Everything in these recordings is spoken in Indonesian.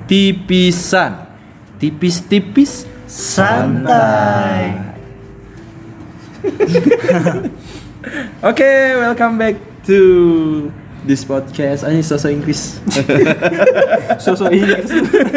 Tipisan, tipis-tipis, santai. Oke, welcome back to this podcast. Ini sosok Inggris. Sosok Inggris.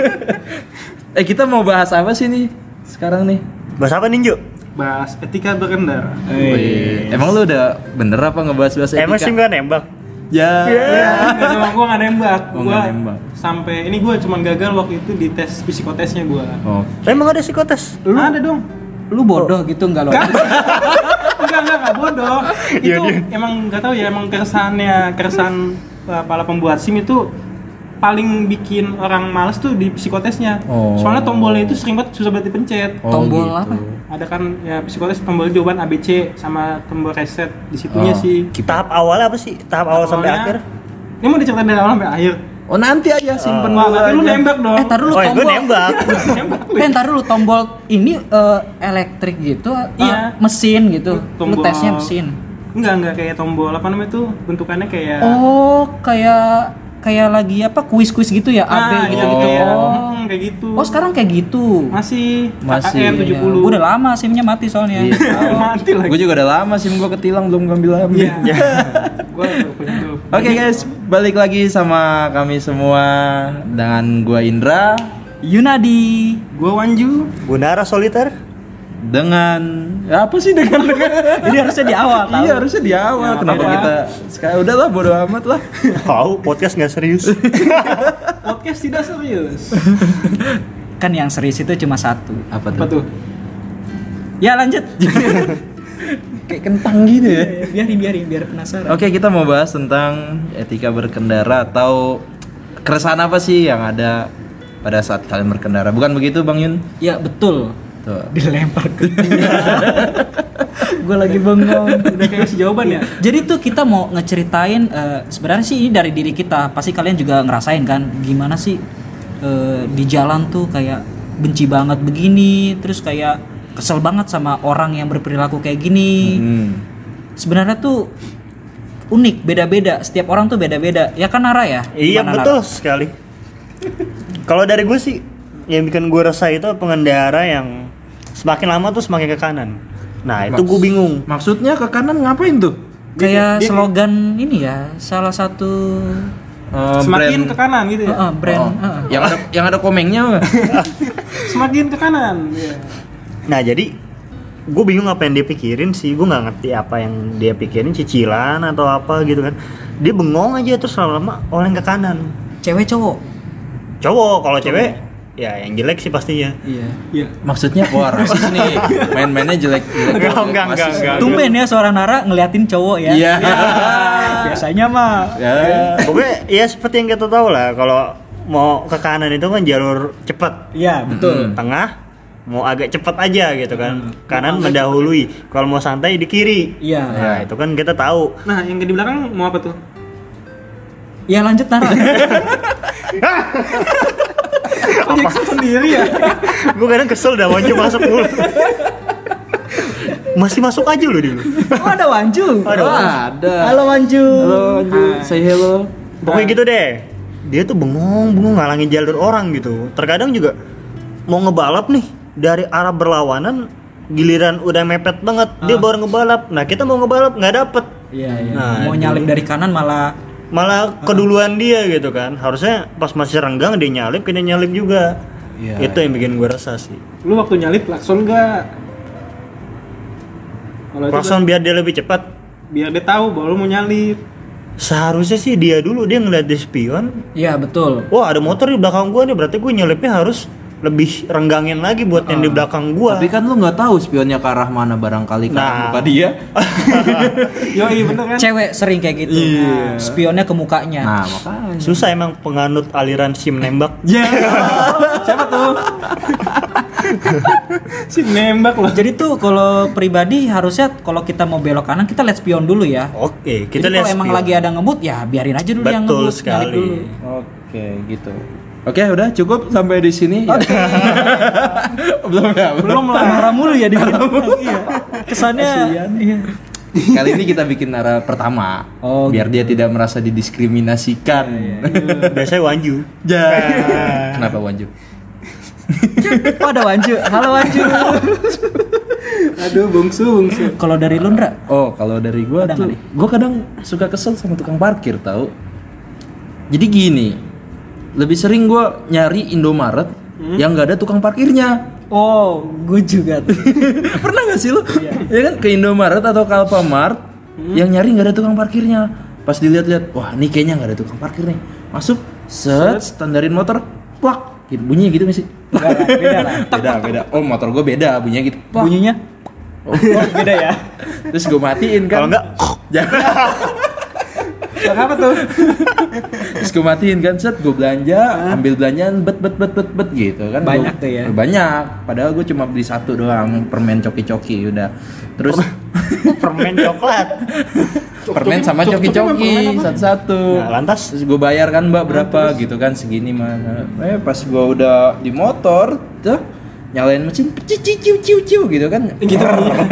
Kita mau bahas apa sih nih sekarang nih? Bahas apa nih, Jo? Bahas etika berkendara. Emang lu udah bener apa ngebahas etika? Emang sih gak nembak? Ya. Emang gue gak nembak. Oh, Gue nggak nembak. sampai ini gue cuma gagal waktu itu di tes psikotesnya gue. Oh. Emang ada psikotes? Ada dong. Lu bodoh gitu enggak lo? Enggak bodoh. Itu Iya. emang nggak tahu ya, emang keresahan para pembuat SIM itu paling bikin orang males tuh di psikotesnya. Oh. Soalnya tombolnya itu sering banget susah banget dipencet. Tombol gitu. apa? Ada kan ya psikotes tombol jawaban ABC sama tombol reset di situnya sih. Tahap awalnya apa sih? Tahap awal sampai Awalnya- akhir? Ini mau diceritain dari awal sampai akhir. Oh, nanti aja simpen Wah, dulu berarti lu aja. nembak dong. Tar dulu Oh, gue tombol. nembak. Nembak lu. Ntar dulu tombol ini elektrik gitu, Iya. mesin gitu. Lu Tombol- tesnya mesin. Enggak kayak tombol apa namanya tuh, bentukannya kayak Oh, kayak lagi apa kuis-kuis gitu ya, AB gitu gitu. iya. Oh. Kayak gitu. Oh, sekarang kayak gitu. masih Masih, KKR 70. Gue udah lama SIM-nya mati soalnya. Iya. Mati lagi. Gue juga udah lama SIM gue ketilang, belum ngambil. Iya. Gua punya tuh. Oke guys, balik lagi sama kami semua dengan gua Indra Yunadi. Gua Wanju. Bunara soliter? dengan apa sih dengan Jadi harusnya di awal. tahu. iya harusnya di awal. Ya, Kenapa beda. kita sekarang udahlah bodo amat lah. Tahu podcast nggak serius. Podcast tidak serius. Kan yang serius itu cuma satu. Apa Apa tuh? Ya lanjut. Kayak kentang gitu ya. biar penasaran. Oke, kita mau bahas tentang etika berkendara atau keresahan apa sih yang ada pada saat kalian berkendara. Bukan begitu Bang Yun? Ya betul. Tuh. Dilempar ke gue lagi bengong. Udah kayak si jawaban ya? Jadi tuh kita mau ngeceritain sebenarnya sih ini dari diri kita. Pasti kalian juga ngerasain kan gimana sih di jalan tuh kayak benci banget begini, terus kayak kesel banget sama orang yang berperilaku kayak gini. Sebenarnya tuh unik, beda-beda. Setiap orang tuh beda-beda. Ya kan Nara ya? Iya Gimana, betul sekali. Kalau dari gue sih yang bikin gue resah itu pengendara yang semakin lama tuh semakin ke kanan. Nah itu gue bingung. Maksudnya ke kanan ngapain tuh? Kayak Dia- slogan ini ya, salah satu Semakin ke kanan gitu ya. brand. Yang ada komengnya nggak? Semakin ke kanan. Iya. Nah jadi gue bingung apa yang dia pikirin sih. Gue nggak ngerti apa yang dia pikirin, cicilan atau apa gitu kan. Dia bengong aja terus lama-lama oleng ke kanan. Cewek cowok. Cowok, kalau cewek ya yang jelek sih pastinya. Iya. Iya. Maksudnya wah rasis nih. Main-mainnya jelek. Enggak. Tumben ya suara Nara ngeliatin cowok ya. Iya. Biasanya mah. Ya. Pokoknya ya seperti yang kita tahu lah, kalau mau ke kanan itu kan jalur cepat. Iya, betul. Tengah mau agak cepat aja gitu kan. Kanan mendahului. Kalau mau santai di kiri. Iya. Nah, itu kan kita tahu. Nah, yang di belakang mau apa tuh? Ya lanjut Nara. Apa sendiri ya? Gue kadang kesel dah Wanju masuk dulu. Masih masuk aja loh dulu. Oh ada Wanju. Ada. Ada. Halo Wanju. Halo, Anju. Say hello. Pokoknya gitu deh. Dia tuh bengong ngalangin jalur orang gitu. Terkadang juga mau ngebalap nih dari arah berlawanan, giliran udah mepet banget dia baru ngebalap. Nah kita mau ngebalap nggak dapet. Iya, iya. Nah, Mau itu. nyalip dari kanan malah Keduluan dia gitu kan. Harusnya pas masih renggang dia nyalip, kita nyalip juga. Iya. Itu yang bikin gue resah sih. Lu waktu nyalip klakson enggak? Kalau itu Klakson biar dia lebih cepat. biar dia tahu bahwa lu mau nyalip. Seharusnya sih dia dulu, dia ngeliat di spion. Iya betul. Wah ada motor di belakang gua nih, berarti gue nyelipnya harus lebih renggangin lagi buat yang di belakang gua. Tapi kan lu nggak tahu spionnya ke arah mana, barangkali ke arah Nah. muka dia. Yoi bener kan? Cewek sering kayak gitu. Iya. Spionnya ke mukanya. Nah, makanya. Susah emang penganut aliran SIM nembak. Ya. Siapa tuh? Si nembak loh. Jadi tuh kalau pribadi harusnya kalau kita mau belok kanan kita lihat spion dulu ya. Oke, kita Jadi lihat kalau emang spion. lagi ada ngebut ya biarin aja dulu yang Betul ngebut. sekali. nyalip dulu. Oke, gitu. Oke, udah cukup sampai di sini. Ya. Belum ya? Belum lah. Marah mulu ya dia. Iya. Kesannya iya. Kali ini kita bikin arah pertama. Oh, biar dia tidak merasa didiskriminasikan. Biasanya Wanju. Ya. Kenapa Wanju? Oh, ada Wanju. Halo Wanju. Aduh, bungsu. Kalau dari lu, Ndra? Oh, kalau dari gua Ada tuh, nggak nih? gua kadang suka kesel sama tukang parkir tahu. Jadi gini, lebih sering gua nyari Indomaret yang nggak ada tukang parkirnya. Oh, gue juga tuh. Pernah nggak sih lu? Ya kan ke Indomaret atau ke Alfamart yang nyari nggak ada tukang parkirnya. Pas dilihat-lihat, wah ini kayaknya nggak ada tukang parkir nih. Masuk, standarin motor, plak, gitu. Bunyinya gitu nggak sih? Beda lah. Beda. Oh motor gue beda, bunyinya gitu. Plak. Bunyinya? Oh, beda ya. Terus gue matiin kan. Kalau enggak, Yang apa tuh? Terus gue matiin kan, set gue belanja, ambil belanjaan, bet gitu kan. Banyak tuh ya? Banyak, padahal gue cuma beli satu doang, permen coki-coki udah. Terus permen coklat. permen sama coki-coki satu-satu. Nah, lantas? Terus gue bayar kan mbak berapa gitu kan, segini mana. Pas gue udah di motor, tuh nyalain mesin, ciu gitu kan. Gitu.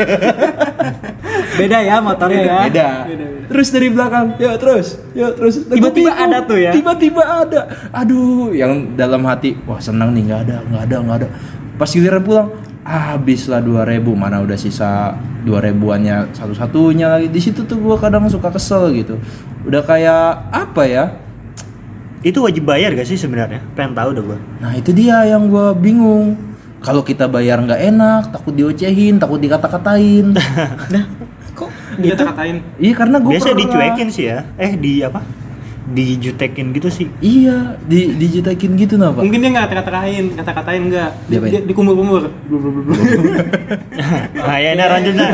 Beda ya motornya ya. Beda. Terus dari belakang, yuk terus. Tiba-tiba ada tuh ya? Tiba-tiba ada. Aduh, yang dalam hati, wah senang nih, nggak ada. Pas giliran pulang, habis lah 2.000, mana udah sisa 2.000-annya satu-satunya lagi. Di situ tuh gua kadang suka kesel gitu. Udah kayak apa ya? Itu wajib bayar gak sih sebenarnya? Pengen tahu dah gua. Nah itu dia yang gua bingung. Kalau kita bayar nggak enak, takut diocehin, takut dikata-katain. Nah, kok Dia gitu? katain. Iya karena gue Biasa dicuekin sih ya. Di apa? Dijutekin gitu sih. Iya, dijutekin gitu napa? Mungkin dia nggak kata-katain enggak. Dia apa ya? Dia dikumur-kumur. Nah, ya lanjut nah.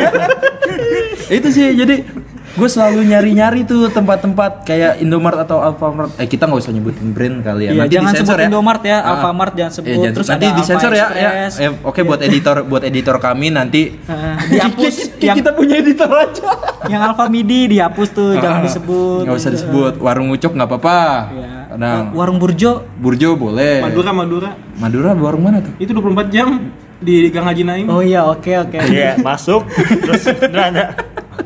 Itu sih, jadi gue selalu nyari-nyari tuh tempat-tempat kayak Indomaret atau Alfamart. Kita nggak usah nyebutin brand kali ya. Iya, Nanti jangan disensor sebut ya. Indomaret ya, Alfamart jangan sebut. Jangan Terus nanti ada disensor Alfa ya. Express. Oke, buat editor kami nanti Dihapus yang kita punya editor aja. yang Alfa Midi dihapus tuh, jangan disebut. Nggak usah disebut. Warung Ucok nggak apa-apa. Iya. Nah, Warung Burjo. Burjo boleh. Madura Warung mana tuh? itu 24 jam di Gang Haji Naim. Oh iya, oke. Iya, masuk terus ada.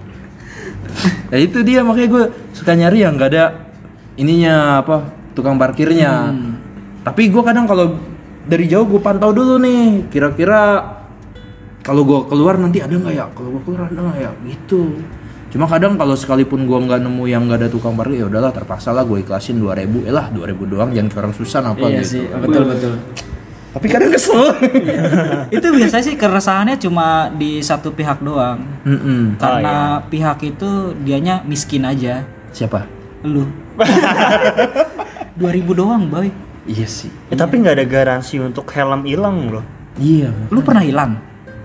Ya itu dia, makanya gue suka nyari yang nggak ada ininya apa tukang parkirnya. Tapi gue kadang kalau dari jauh gue pantau dulu nih, kira-kira kalau gue keluar nanti ada nggak ya? Kalau gue keluar ada nggak ya? Gitu. Cuma kadang kalau sekalipun gue nggak nemu yang nggak ada tukang parkir, ya udahlah terpaksa lah gue ikhlasin 2.000. Lah 2.000 doang, jangan orang susah apa Iya gitu. sih, betul. Tapi kadang kesel. Itu biasanya sih keresahannya cuma di satu pihak doang. Karena pihak itu dianya miskin aja. Siapa? Lu. 2.000 doang, boy. Iya sih. Tapi nggak ada garansi untuk helm hilang loh. Iya. Lu pernah hilang?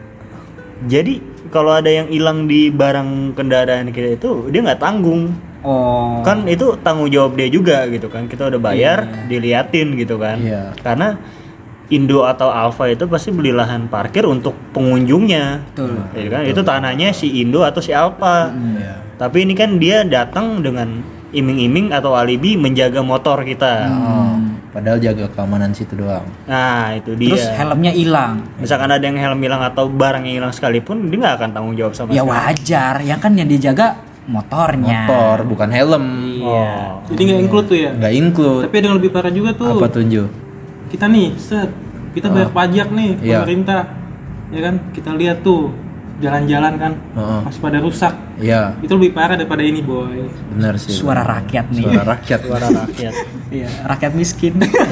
Jadi kalau ada yang hilang di barang kendaraan kita itu dia nggak tanggung. Oh. Kan itu tanggung jawab dia juga gitu kan. Kita udah bayar, diliatin gitu kan. Iya. Karena Indo atau Alfa itu pasti beli lahan parkir untuk pengunjungnya. Betul. Ya kan? Itu tanahnya si Indo atau si Alfa. Iya. Tapi ini kan dia datang dengan iming-iming atau alibi menjaga motor kita. Oh, padahal jaga keamanan situ doang. Nah, itu dia. Terus helmnya hilang. Misalkan ada yang helm hilang atau barang yang hilang sekalipun, dia nggak akan tanggung jawab sama Ya sekali. wajar, yang kan yang dijaga motornya. Motor bukan helm. Oh. Jadi nggak include tuh ya. Nggak include. Tapi ada yang lebih parah juga tuh. Apa tuh Jo? Kita nih, kita bayar pajak nih Iya. pemerintah. Ya kan? Kita lihat tuh jalan-jalan kan masih pada rusak. Iya, Itu lebih parah daripada ini, boy. benar sih. Suara rakyat nih. Suara rakyat. Suara rakyat. Iya, rakyat miskin.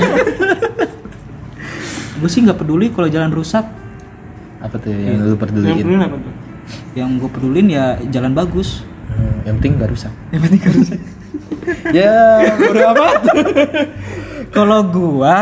Gue sih nggak peduli kalau jalan rusak. Apa tuh yang lu Yang peduliin? peduli apa tuh? Yang gue pedulin ya jalan bagus. Yang penting nggak rusak. Yang penting gak rusak. Ya, bodo amat. Kalau gua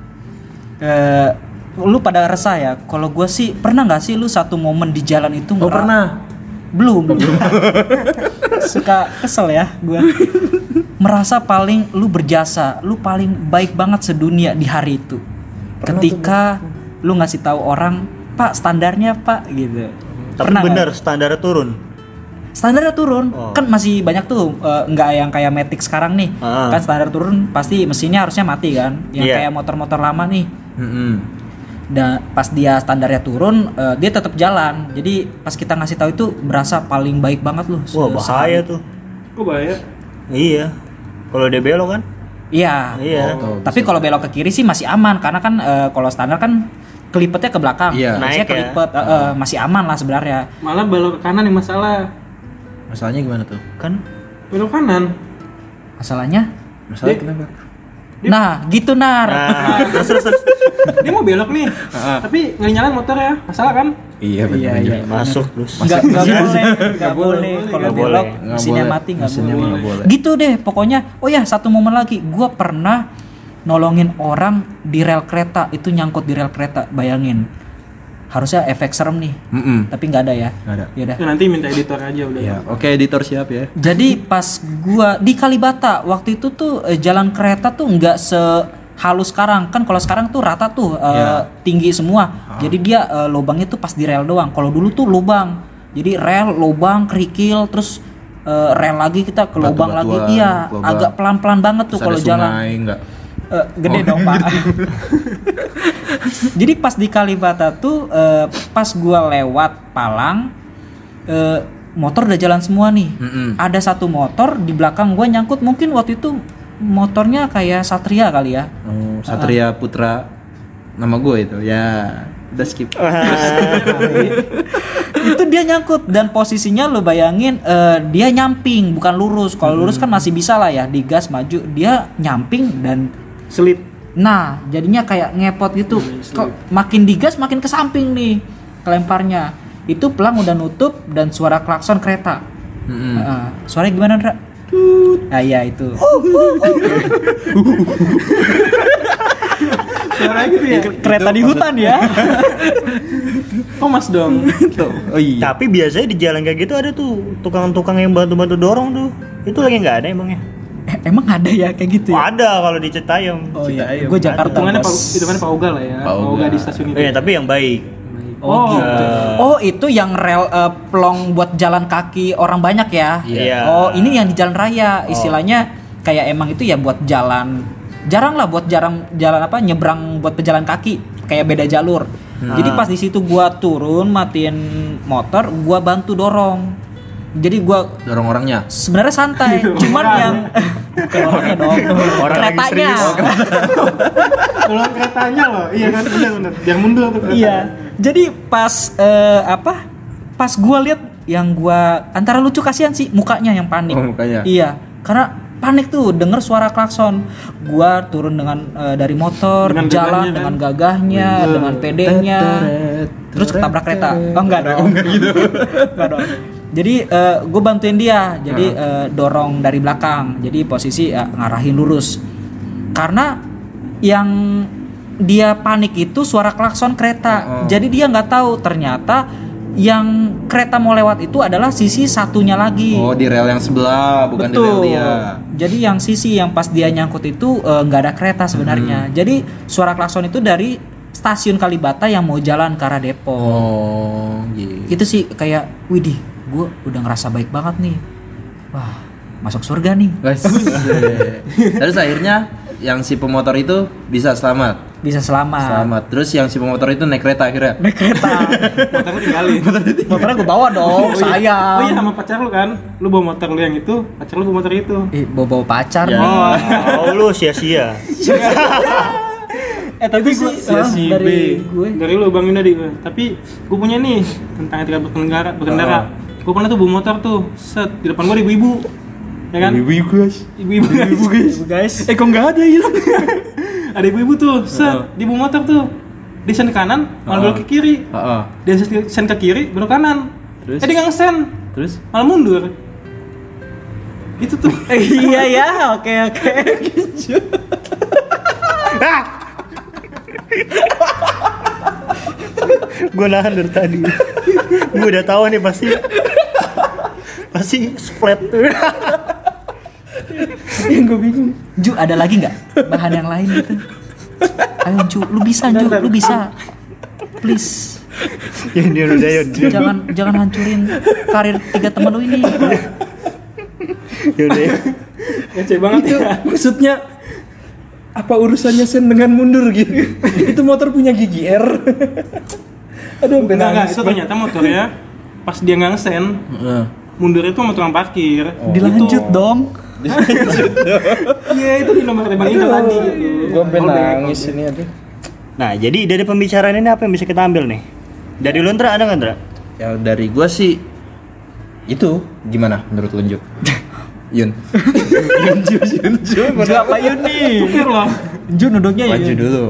lu pada resah ya. Kalau gua sih pernah nggak sih lu satu momen di jalan itu Oh, pernah. Belum. Suka kesel ya gua. Merasa paling lu berjasa, lu paling baik banget sedunia di hari itu. Ketika lu ngasih tahu orang, "Pak, standarnya, Pak," gitu. Tapi Pernah bener nggak? standarnya turun. Standarnya turun. Oh. Kan masih banyak tuh nggak yang kayak Matic sekarang nih. Ah. Kan standar turun pasti mesinnya harusnya mati kan. Yang Iya. kayak motor-motor lama nih. Dan pas dia standarnya turun, dia tetap jalan. Jadi pas kita ngasih tahu itu berasa paling baik banget loh. Wah bahaya tuh. Kok bahaya? Iya. Kalau dia belok kan? Iya. Iya. Tapi kalau belok ke kiri sih masih aman karena kan kalau standar kan kelipetnya ke belakang. Iya. Biasanya Naik ya. kelipet, masih aman lah sebenarnya. Malah belok ke kanan yang masalah. Masalahnya gimana tuh? Kan Belok kanan. Masalahnya? Masalah Dia- kenapa? Nah, gitu Nar. nah, terus. Dia mau belok nih. Tapi nggak nyalain motor ya. Masalah kan? Iya benar. Iya. Masuk terus. Nggak boleh kalau Nggak belok boleh. mesinnya Nggak mati boleh. nggak Mesinnya boleh. nggak boleh. Gitu deh pokoknya. Oh ya satu momen lagi, gue pernah nolongin orang di rel kereta, itu nyangkut di rel kereta, bayangin. Harusnya efek serem nih, tapi nggak ada ya. Nggak ada. Yaudah. Ya, nanti minta editor aja udah. Ya, oke editor siap ya. Jadi pas gua di Kalibata waktu itu tuh jalan kereta tuh nggak sehalus sekarang kan. Kalau sekarang tuh rata tuh tinggi semua. Jadi dia lubangnya tuh pas di rel doang. Kalau dulu tuh lubang. Jadi rel, lubang, kerikil, terus rel lagi kita ke lubang lagi. Batu-batuan, Iya, lubang. agak pelan-pelan banget tuh Terus kalau ada jalan. sungai, enggak? Gede dong Pak. Jadi pas di Kalibata tuh pas gua lewat Palang, motor udah jalan semua nih. Ada satu motor di belakang gua nyangkut, mungkin waktu itu motornya kayak Satria kali ya. Oh, Satria Putra. Nama gue itu. Ya, udah skip. Itu dia nyangkut dan posisinya lo bayangin dia nyamping bukan lurus. Kalau lurus kan masih bisa lah ya digas maju. Dia nyamping dan Selip. nah jadinya kayak ngepot gitu. Kok makin digas makin ke samping nih kelemparnya. Itu pelang udah nutup dan suara klakson kereta. Suaranya gimana Ndra? Ah iya itu. Suaranya gitu ya. Kereta di hutan ya. Thomas dong. Oh iya. Tapi biasanya di jalan kayak gitu ada tuh tukang-tukang yang bantu-bantu dorong tuh. Itu lagi nggak ada emangnya? Emang ada ya kayak gitu ya? Ada kalau di Citayam. Oh iya, Citayam. gue Jakarta. Hitungannya Bos. Pak Uga lah ya. Pak Pak Uga. Uga di stasiun itu. Iya, tapi yang baik. Oh, gitu. Oh, itu yang rel pelong buat jalan kaki orang banyak ya? Iya. Oh, ini yang di jalan raya. Istilahnya kayak emang itu ya buat jalan. Jarang lah buat jalan apa nyebrang buat pejalan kaki. Kayak beda jalur. Jadi pas di situ gua turun matiin motor, gua bantu dorong. Jadi gua Dorong orangnya. sebenarnya santai, cuman yang bukan orangnya dong, Orang lagi keretanya. serius. Kalau keretanya loh. Iya kan benar. Biar mundur tuh kereta. Iya. Jadi pas pas gua lihat yang gua antara lucu kasihan sih mukanya yang panik. Oh, mukanya. Iya, karena panik tuh denger suara klakson. Gua turun dengan dari motor, Dengan jalan gagahnya, dengan kan? gagahnya, dengan pedenya. Terus ketabrak kereta. Oh enggak dong. Enggak gitu. Enggak dong. Jadi gue bantuin dia. Jadi dorong dari belakang. Jadi posisi ngarahin lurus. Karena yang dia panik itu suara klakson kereta. Jadi dia nggak tahu ternyata yang kereta mau lewat itu adalah sisi satunya lagi. Oh, di rel yang sebelah, bukan di rel dia. Jadi yang sisi yang pas dia nyangkut itu nggak ada kereta sebenarnya. Jadi suara klakson itu dari stasiun Kalibata yang mau jalan ke arah Depok. Oh, gitu. Itu sih kayak, widih, gue udah ngerasa baik banget nih. Wah, masuk surga nih. Guys. Terus akhirnya yang si pemotor itu bisa selamat. Bisa selamat. Selamat. Terus yang si pemotor itu naik kereta akhirnya. Naik kereta. Motornya tinggalin. Motornya gue bawa dong, sayang. Oh iya sama pacar lu kan. Lu bawa motor lu yang itu, pacar lu bawa motor itu. Bawa pacar Ya. nih. Oh, lu sia-sia. Tapi sih Si dari B. gue. Dari lu Bang Yunadi gue. Tapi gue punya nih tentang etika berkendara. Gue pernah tuh bawa motor tuh, set di depan gue ada ibu-ibu. Ya kan? Ibu guys. Ibu-ibu guys. Guys. Kok nggak ada ya? Ada ibu-ibu tuh, set di bawa motor tuh. Dia sen ke kanan, malah belok ke kiri. Heeh. Dia sen ke kiri, belok kanan. Terus? Dia nggak ngesen, Terus? malah mundur. Itu tuh. Iya ya, oke. Gue nahan dari tadi. Gue udah tahu nih pasti splat. Yang gue bingung. Ju, ada lagi nggak bahan yang lain gitu? Ayo Ju, lu bisa Ju, lu bisa. Please. Yang dia udah Jangan hancurin karir 3 temen lu ini. Yaudah. Ngece banget ya. Maksudnya Apa urusannya Sen dengan mundur gitu? Itu motor punya gigi R. Aduh, Enggak, itu ternyata motornya pas dia nggak ngesen, mundur itu sama tukang parkir. Dilanjut dong. Iya, itu di nomor telepon itu tadi gitu. Gua sampai nangis ini aduh. Nah, jadi dari pembicaraan ini apa yang bisa kita ambil nih? Dari lu Ndra, ada nggak Ndra? Ya dari gua sih itu gimana menurut lu Jun? Yun. Yun. Apa Yun nih? Supir loh. Jun duduknya ya. Maju dulu.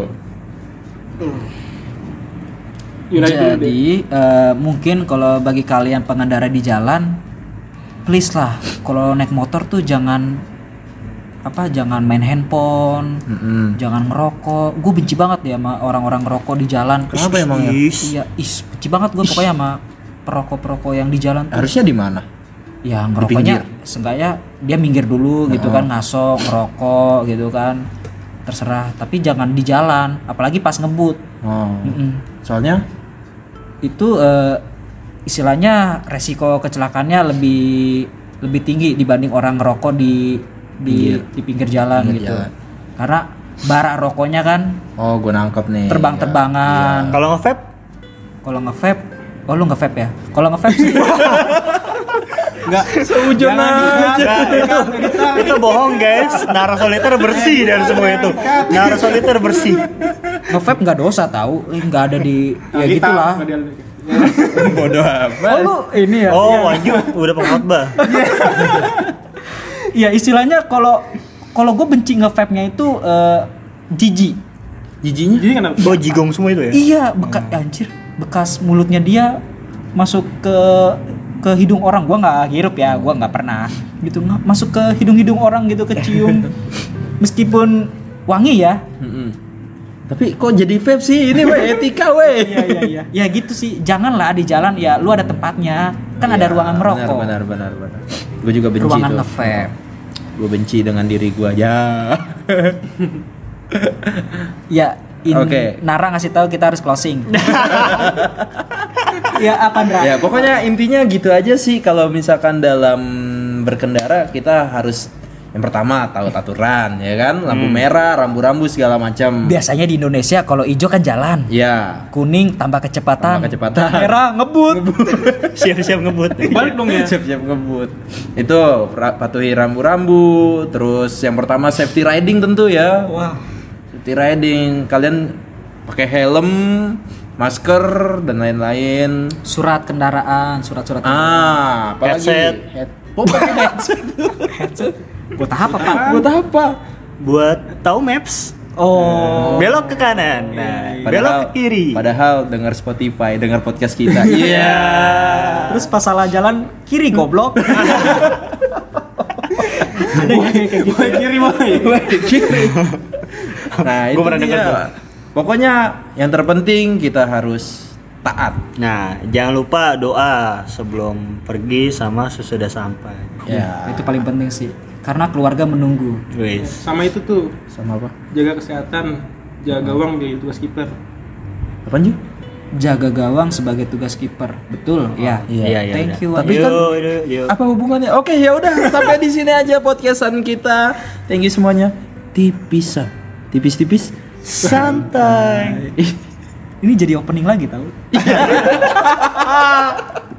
Jadi mungkin kalau bagi kalian pengendara di jalan, please lah, kalau naik motor tuh jangan main handphone, jangan ngerokok. Gue benci banget ya sama orang-orang ngerokok di jalan. Kenapa emang ya? Iya, benci banget gue pokoknya sama perokok-perokok yang di jalan tuh. Harusnya di mana? Ya ngerokoknya seenggaknya dia minggir dulu gitu kan, ngasok, ngerokok gitu kan. Terserah, tapi jangan di jalan, apalagi pas ngebut. Soalnya itu istilahnya resiko kecelakaannya lebih tinggi dibanding orang ngerokok di pinggir jalan Pinggir gitu. jalan. Karena bara rokoknya kan oh, gue nangkep nih. terbang-terbangan. Kalau nge-vape? Kalau nge-vape, oh lu nge-vape ya? Kalau nge-vape sih Enggak. Seujon aja. Itu bohong guys. Narasoliter bersih dari semua itu. Narasoliter bersih. nge-vape nggak dosa tahu, nggak ada di ya gitulah. Bodoh apa? Oh lu ini ya? Oh, wajib udah pengkhotbah. Ya istilahnya kalau gue benci nge-vape-nya itu jijik. Jijinya? Jadi kenapa? Oh, jigong semua itu ya? Iya, bekas mulutnya dia masuk ke hidung orang. Gua nggak hirup ya, gua nggak pernah gitu masuk ke hidung orang gitu, kecium. Meskipun wangi ya. Tapi kok jadi vape sih? Ini weh etika weh. Iya. Ya gitu sih. Janganlah di jalan ya, lu ada tempatnya. Kan ada ruangan merokok. Benar. Gue juga benci Ruangan tuh. nge-vape. Gue benci dengan diri gue aja. Ya, Oke. Nara ngasih tahu kita harus closing. Ya apa Ndra? Ya pokoknya intinya gitu aja sih. Kalau misalkan dalam berkendara kita harus yang pertama tahu aturan ya kan, lampu merah, rambu-rambu segala macam. Biasanya di Indonesia kalau hijau kan jalan, Ya. kuning tambah kecepatan, Tambah kecepatan. merah ngebut. Siap-siap ngebut. Balik dong ya. Siap-siap ngebut. Itu patuhi rambu-rambu. Terus yang pertama safety riding tentu ya. Wah. Safety riding, kalian pakai helm, masker dan lain-lain. Surat kendaraan, surat-surat. Apalagi Headset. Oh, pakai headset. Headset. Buat apa Pak? Buat apa? Buat tahu maps. Oh. Belok ke kanan. Nah, belok ke kiri. Padahal dengar Spotify, dengar podcast kita. Iya. Terus pas salah jalan kiri goblok. Ada yang kayak gitu. Kiri boy. Nah, itu Gua pernah denger dia. tuh. Pokoknya yang terpenting kita harus taat. Nah, jangan lupa doa sebelum pergi sama sesudah sampai. Ya. Itu paling penting sih. Karena keluarga menunggu. Wis. Sama itu tuh, Sama apa? jaga kesehatan, jaga gawang jadi tugas kiper. Apaan Ju? Jaga gawang sebagai tugas kiper. Betul, ya. Iya. Thank you. Tapi Yuk, kan- yuk. Apa hubungannya? Oke, ya udah sampai di sini aja podcastan kita. Thank you semuanya. Tipisan. Tipis-tipis. Santai. Ini jadi opening lagi tahu.